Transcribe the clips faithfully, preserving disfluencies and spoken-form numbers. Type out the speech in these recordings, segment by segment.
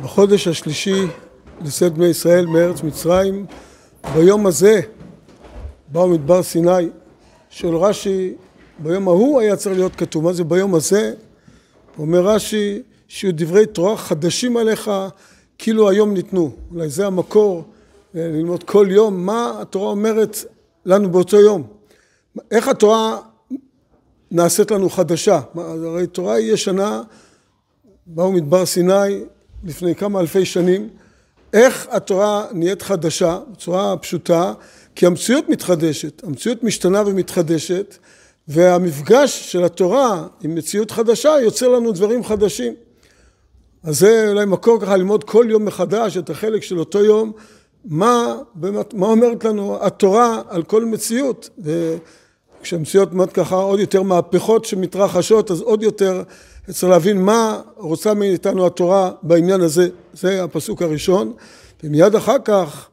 בחודש השלישי לצאת בני ישראל מארץ מצרים, ביום הזה באו מדבר סיני. שואל רש"י, ביום ההוא היה צריך להיות כתוב. מה זה ביום הזה? אומר רש"י, שיהיו דברי תורה חדשים עליך כאילו היום ניתנו. אולי זה המקור ללמוד כל יום מה התורה אומרת לנו באותו יום. איך התורה נעשית לנו חדשה? הרי תורה היא ישנה, באו מדבר סיני לפני כמה אלפי שנים. איך התורה נהיית חדשה? בצורה פשוטה, כי המציאות מתחדשת, המציאות משתנה ומתחדשת, והמפגש של התורה עם מציאות חדשה יוצר לנו דברים חדשים. אז זה אולי מקור ככה ללמוד כל יום מחדש את החלק של אותו יום, מה, מה אומרת לנו התורה על כל מציאות, וכשהמציאות אומרת ככה עוד יותר מהפכות שמתרחשות, אז עוד יותר צריך להבין מה רוצה מאיתנו התורה בעניין הזה. זה הפסוק הראשון, ומיד אחר כך,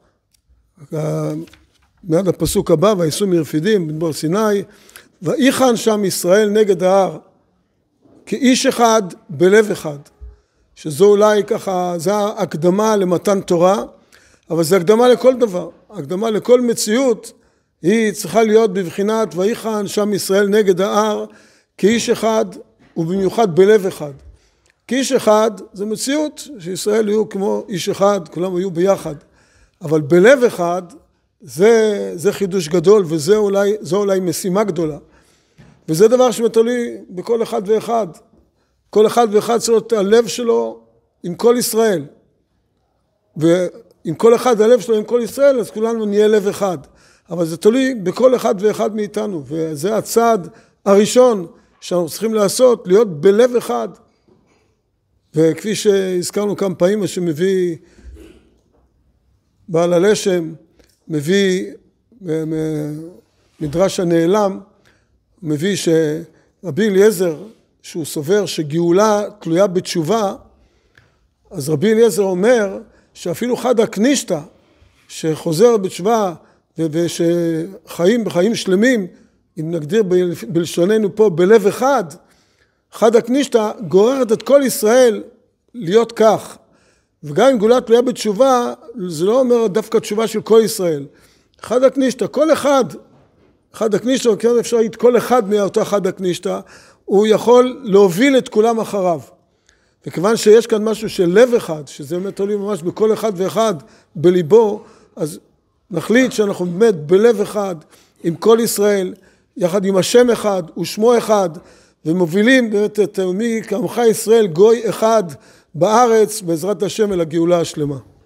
מיד הפסוק הבא, ויסעו מרפידים במדבר סיני, ויחן שם ישראל נגד ההר, כאיש אחד בלב אחד. שזו אולי ככה, זו הקדמה למתן תורה, אבל זו הקדמה לכל דבר. הקדמה לכל מציאות, היא צריכה להיות בבחינת ויחן שם ישראל נגד ההר, כאיש אחד ובמיוחד בלב אחד. כאיש אחד זה מציאות שישראל יהיו כמו איש אחד, כולם היו ביחד. אבל בלב אחד זה, זה חידוש גדול, וזה אולי, זו אולי משימה גדולה. וזה דבר שמתולי בכל אחד ואחד. כל אחד ואחד צריך להיות הלב שלו עם כל ישראל. ועם כל אחד הלב שלו עם כל ישראל, אז כולנו נהיה לב אחד. אבל זה תולי בכל אחד ואחד מאיתנו. וזה הצעד הראשון שאנחנו צריכים לעשות, להיות בלב אחד. וכפי שהזכרנו כמה פעמים, שמביא בעל הלשם, מביא מדרש הנעלם, מביא שרבי אליעזר, שהוא סובר שגאולה תלויה בתשובה, אז רבי אליעזר אומר שאפילו חד הקנישתא שחוזר בתשובה ושחיים בחיים שלמים, אם נגדיר בלשוננו פה בלב אחד, חד הקנישתא גוררת את כל ישראל להיות כך. וגם אם גאולה תלויה בתשובה, זה לא אומר דווקא תשובה של כל ישראל. חד הקנישתא, כל אחד, חד הקנישתא, כן אפשר להגיד כל אחד מאותו חד הקנישתא, הוא יכול להוביל את כולם אחריו. וכיוון שיש כאן משהו של לב אחד, שזה באמת תלוי ממש בכל אחד ואחד בליבו, אז נחליט שאנחנו באמת בלב אחד עם כל ישראל, יחד עם השם אחד ושמו אחד, ומובילים באמת את מי כעמך ישראל גוי אחד בארץ, בעזרת השם אל הגאולה השלמה.